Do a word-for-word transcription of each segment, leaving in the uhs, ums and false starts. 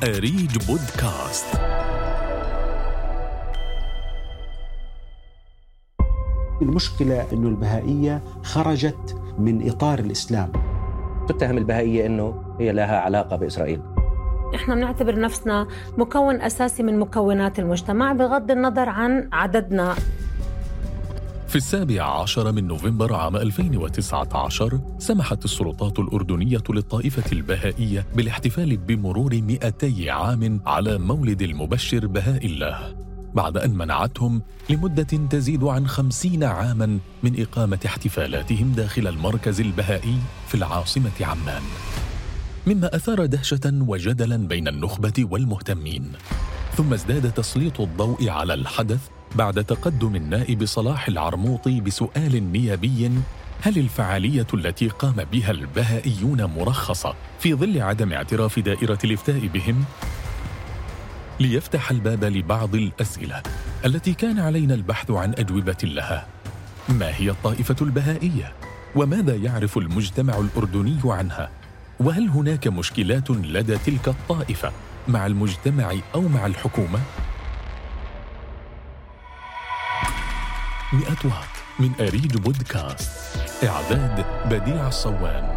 أريج بودكاست. المشكلة أنه البهائية خرجت من إطار الإسلام. تتهم البهائية أنه هي لها علاقة بإسرائيل. إحنا بنعتبر نفسنا مكون أساسي من مكونات المجتمع بغض النظر عن عددنا. في السابع عشر من نوفمبر عام ألفين وتسعة عشر سمحت السلطات الأردنية للطائفة البهائية بالاحتفال بمرور مئتي عام على مولد المبشر بهاء الله، بعد أن منعتهم لمدة تزيد عن خمسين عاماً من إقامة احتفالاتهم داخل المركز البهائي في العاصمة عمان، مما أثار دهشة وجدلاً بين النخبة والمهتمين. ثم ازداد تسليط الضوء على الحدث بعد تقدم النائب صلاح العرموطي بسؤال نيابي: هل الفعالية التي قام بها البهائيون مرخصة في ظل عدم اعتراف دائرة الإفتاء بهم؟ ليفتح الباب لبعض الأسئلة التي كان علينا البحث عن أجوبة لها. ما هي الطائفة البهائية؟ وماذا يعرف المجتمع الأردني عنها؟ وهل هناك مشكلات لدى تلك الطائفة مع المجتمع أو مع الحكومة؟ مئة واط من أريج بودكاست. إعداد بديع الصوان.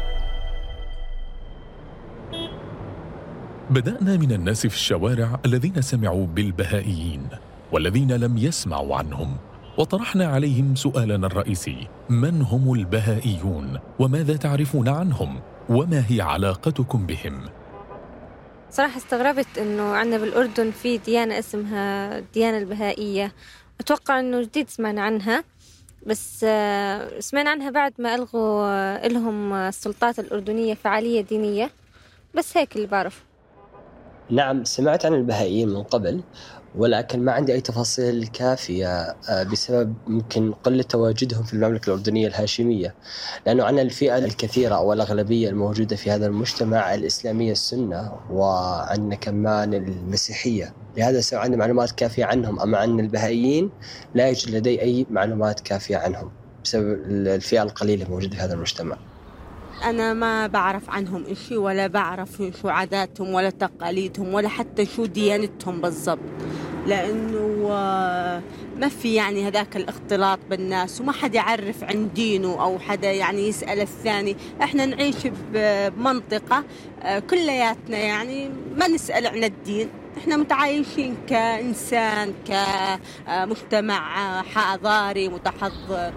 بدأنا من الناس في الشوارع الذين سمعوا بالبهائيين والذين لم يسمعوا عنهم، وطرحنا عليهم سؤالنا الرئيسي: من هم البهائيون؟ وماذا تعرفون عنهم؟ وما هي علاقتكم بهم؟ صراحة استغربت أنه عندنا بالأردن في ديانة اسمها الديانة البهائية. أتوقع أنه جديد سمعنا عنها، بس سمعنا عنها بعد ما ألغوا لهم السلطات الأردنية فعالية دينية، بس هيك اللي بعرف. نعم، سمعت عن البهائيين من قبل، ولكن ما عندي أي تفاصيل كافية بسبب ممكن قلة تواجدهم في المملكة الأردنية الهاشمية، لأنه عندنا الفئة الكثيرة أو الأغلبية الموجودة في هذا المجتمع الإسلامية السنة، وعندنا كمان المسيحية. لهذا السبب عندنا معلومات كافية عنهم. أما عن البهائيين لا يوجد لدي أي معلومات كافية عنهم بسبب الفئة القليلة الموجودة في هذا المجتمع. أنا ما بعرف عنهم إشي، ولا بعرف شو عاداتهم ولا تقاليدهم ولا حتى شو ديانتهم بالضبط، لأنه ما في يعني هذاك الاختلاط بالناس، وما حدا يعرف عن دينه أو حدا يعني يسأل الثاني. إحنا نعيش بمنطقة كلياتنا يعني ما نسأل عن الدين، إحنا متعايشين كإنسان كمجتمع حضاري متحضر.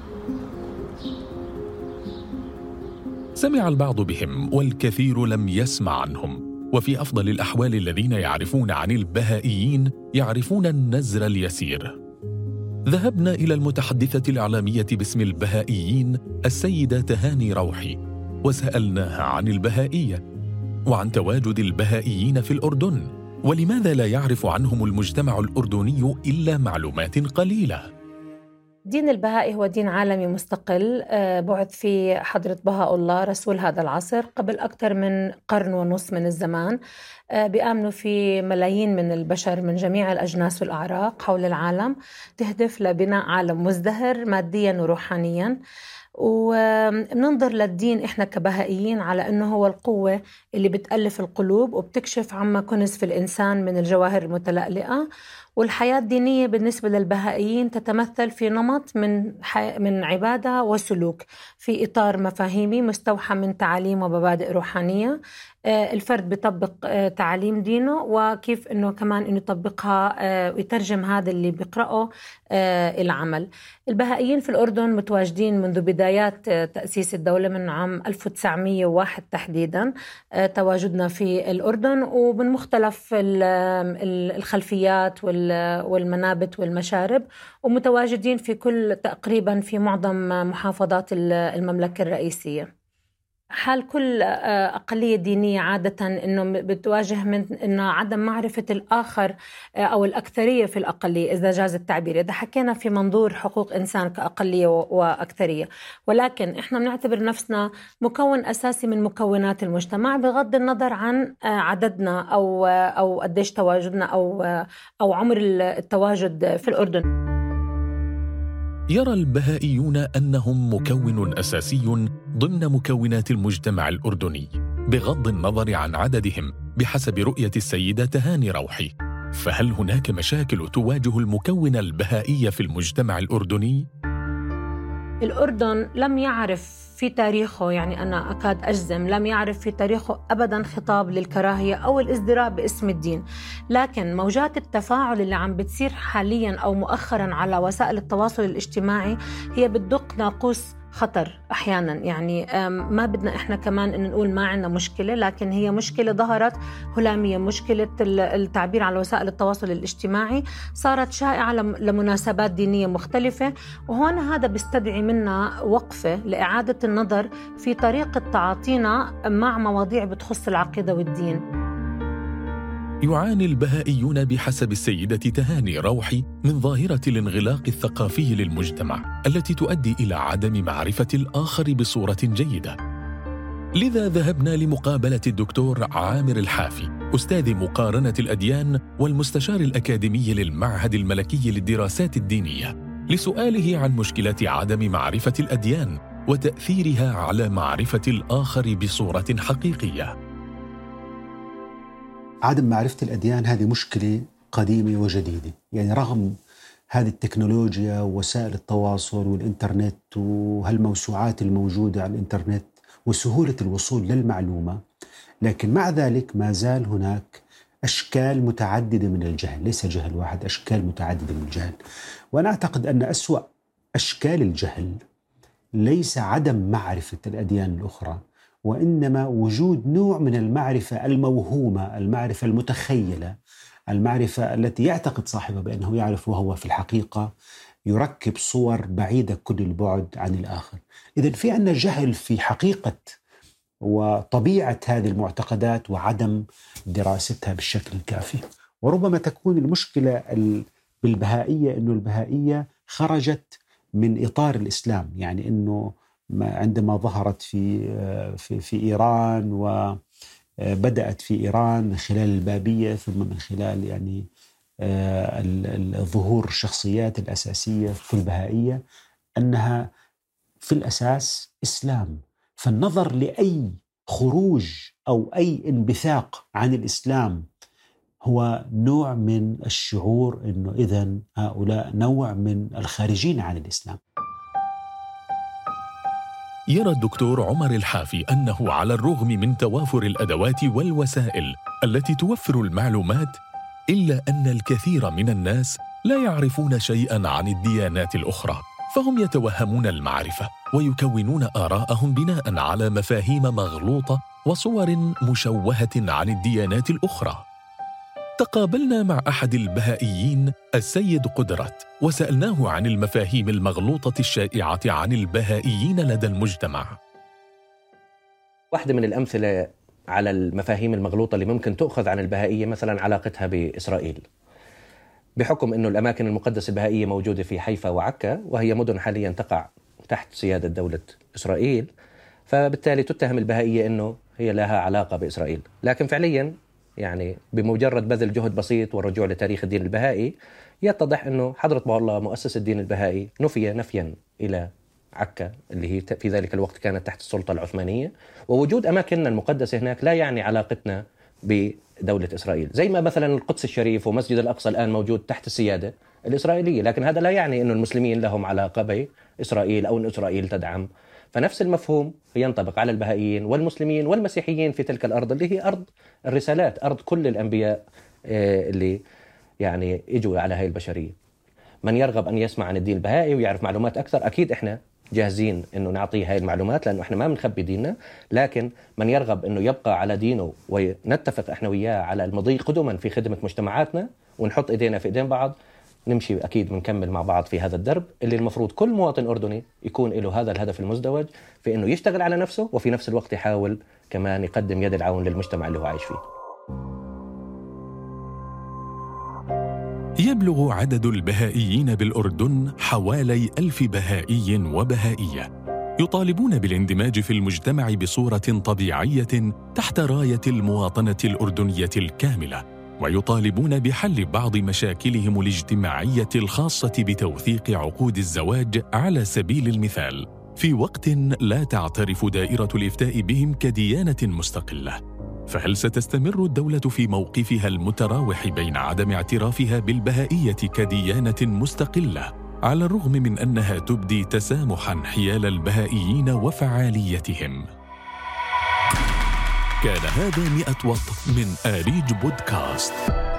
سمع البعض بهم والكثير لم يسمع عنهم، وفي أفضل الأحوال الذين يعرفون عن البهائيين يعرفون النزر اليسير. ذهبنا إلى المتحدثة الإعلامية باسم البهائيين السيدة تهاني روحي، وسألناها عن البهائية وعن تواجد البهائيين في الأردن، ولماذا لا يعرف عنهم المجتمع الأردني إلا معلومات قليلة. دين البهائي هو دين عالمي مستقل بعث فيه حضرة بهاء الله رسول هذا العصر قبل أكثر من قرن ونص من الزمان. بيآمنوا في ملايين من البشر من جميع الأجناس والأعراق حول العالم، تهدف لبناء عالم مزدهر مادياً وروحانياً. وبننظر للدين إحنا كبهائيين على أنه هو القوة اللي بتألف القلوب وبتكشف عما كنز في الإنسان من الجواهر المتلألئة. والحياة الدينية بالنسبة للبهائيين تتمثل في نمط من من عبادة وسلوك في إطار مفاهيمي مستوحى من تعاليم ومبادئ روحانية. الفرد بيطبق تعاليم دينه، وكيف إنه كمان إنه يطبقها ويترجم هذا اللي بيقرأه العمل. البهائيين في الأردن متواجدين منذ بدايات تأسيس الدولة من عام ألف وتسعمية وواحد تحديداً. تواجدنا في الأردن ومن مختلف الخلفيات والمنابت والمشارب، ومتواجدين في كل تقريباً في معظم محافظات المملكة الرئيسية. حال كل أقلية دينية عادة أنه بتواجه من أنه عدم معرفة الآخر أو الأكثرية في الأقلية، إذا جاز التعبير، إذا حكينا في منظور حقوق إنسان كأقلية وأكثرية. ولكن إحنا بنعتبر نفسنا مكون أساسي من مكونات المجتمع بغض النظر عن عددنا أو أو قديش تواجدنا أو أو عمر التواجد في الأردن. يرى البهائيون أنهم مكون أساسي ضمن مكونات المجتمع الأردني بغض النظر عن عددهم، بحسب رؤية السيدة تهاني روحي، فهل هناك مشاكل تواجه المكون البهائي في المجتمع الأردني؟ الأردن لم يعرف في تاريخه، يعني أنا أكاد أجزم لم يعرف في تاريخه أبداً خطاب للكراهية أو الازدراء باسم الدين، لكن موجات التفاعل اللي عم بتصير حالياً أو مؤخراً على وسائل التواصل الاجتماعي هي بتدق ناقوس خطر أحياناً. يعني ما بدنا إحنا كمان إن نقول ما عندنا مشكلة، لكن هي مشكلة ظهرت هلامية. مشكلة التعبير على وسائل التواصل الاجتماعي صارت شائعة لمناسبات دينية مختلفة، وهون هذا بيستدعي منا وقفة لإعادة النظر في طريقة تعاطينا مع مواضيع بتخص العقيدة والدين. يعاني البهائيون بحسب السيدة تهاني روحي من ظاهرة الانغلاق الثقافي للمجتمع التي تؤدي إلى عدم معرفة الآخر بصورة جيدة. لذا ذهبنا لمقابلة الدكتور عامر الحافي، أستاذ مقارنة الأديان والمستشار الأكاديمي للمعهد الملكي للدراسات الدينية، لسؤاله عن مشكلة عدم معرفة الأديان وتأثيرها على معرفة الآخر بصورة حقيقية. عدم معرفة الأديان هذه مشكلة قديمة وجديدة، يعني رغم هذه التكنولوجيا ووسائل التواصل والإنترنت وهالموسوعات الموجودة على الإنترنت وسهولة الوصول للمعلومة، لكن مع ذلك ما زال هناك أشكال متعددة من الجهل، ليس جهل واحد، أشكال متعددة من الجهل. وأنا أعتقد أن أسوأ أشكال الجهل ليس عدم معرفة الأديان الأخرى، وإنما وجود نوع من المعرفة الموهومة، المعرفة المتخيلة، المعرفة التي يعتقد صاحبها بأنه يعرف وهو في الحقيقة يركب صور بعيدة كل البعد عن الآخر. إذن في عندنا جهل في حقيقة وطبيعة هذه المعتقدات وعدم دراستها بالشكل الكافي. وربما تكون المشكلة بالبهائية أنه البهائية خرجت من إطار الإسلام، يعني أنه عندما ظهرت في في في إيران وبدأت في إيران من خلال البابية، ثم من خلال يعني الظهور الشخصيات الأساسية في البهائية، أنها في الأساس إسلام. فالنظر لأي خروج أو أي انبثاق عن الإسلام هو نوع من الشعور أنه إذن هؤلاء نوع من الخارجين عن الإسلام. يرى الدكتور عمر الحافي أنه على الرغم من توافر الأدوات والوسائل التي توفر المعلومات، إلا أن الكثير من الناس لا يعرفون شيئاً عن الديانات الأخرى، فهم يتوهمون المعرفة ويكونون آراءهم بناءً على مفاهيم مغلوطة وصور مشوهة عن الديانات الأخرى. تقابلنا مع أحد البهائيين السيد قدرت وسألناه عن المفاهيم المغلوطة الشائعة عن البهائيين لدى المجتمع. واحدة من الأمثلة على المفاهيم المغلوطة اللي ممكن تؤخذ عن البهائية مثلا علاقتها بإسرائيل، بحكم أنه الأماكن المقدسة البهائية موجودة في حيفا وعكا، وهي مدن حاليا تقع تحت سيادة دولة إسرائيل، فبالتالي تتهم البهائية أنه هي لها علاقة بإسرائيل. لكن فعليا يعني بمجرد بذل جهد بسيط والرجوع لتاريخ الدين البهائي يتضح أنه حضرة بها الله مؤسس الدين البهائي نفي نفيا إلى عكا اللي هي في ذلك الوقت كانت تحت السلطة العثمانية، ووجود أماكننا المقدسة هناك لا يعني علاقتنا بدولة إسرائيل. زي ما مثلا القدس الشريف ومسجد الأقصى الآن موجود تحت السيادة الإسرائيلية، لكن هذا لا يعني أن المسلمين لهم علاقة بإسرائيل أو أن إسرائيل تدعم. فنفس المفهوم ينطبق على البهائيين والمسلمين والمسيحيين في تلك الأرض اللي هي أرض الرسالات، أرض كل الأنبياء اللي يعني إجوا على هاي البشرية. من يرغب أن يسمع عن الدين البهائي ويعرف معلومات أكثر أكيد إحنا جاهزين إنه نعطيه هاي المعلومات، لأنه إحنا ما بنخبي ديننا. لكن من يرغب إنه يبقى على دينه ونتفق إحنا وياه على المضي قدما في خدمة مجتمعاتنا ونحط إيدينا في إيدين بعض، نمشي أكيد ونكمل مع بعض في هذا الدرب اللي المفروض كل مواطن أردني يكون له هذا الهدف المزدوج في إنه يشتغل على نفسه وفي نفس الوقت يحاول كمان يقدم يد العون للمجتمع اللي هو عايش فيه. يبلغ عدد البهائيين بالأردن حوالي ألف بهائي وبهائية، يطالبون بالاندماج في المجتمع بصورة طبيعية تحت راية المواطنة الأردنية الكاملة، ويطالبون بحل بعض مشاكلهم الاجتماعية الخاصة بتوثيق عقود الزواج على سبيل المثال، في وقت لا تعترف دائرة الإفتاء بهم كديانة مستقلة. فهل ستستمر الدولة في موقفها المتراوح بين عدم اعترافها بالبهائية كديانة مستقلة على الرغم من أنها تبدي تسامحاً حيال البهائيين وفعاليتهم؟ كان هذا مئة وط من آريج بودكاست.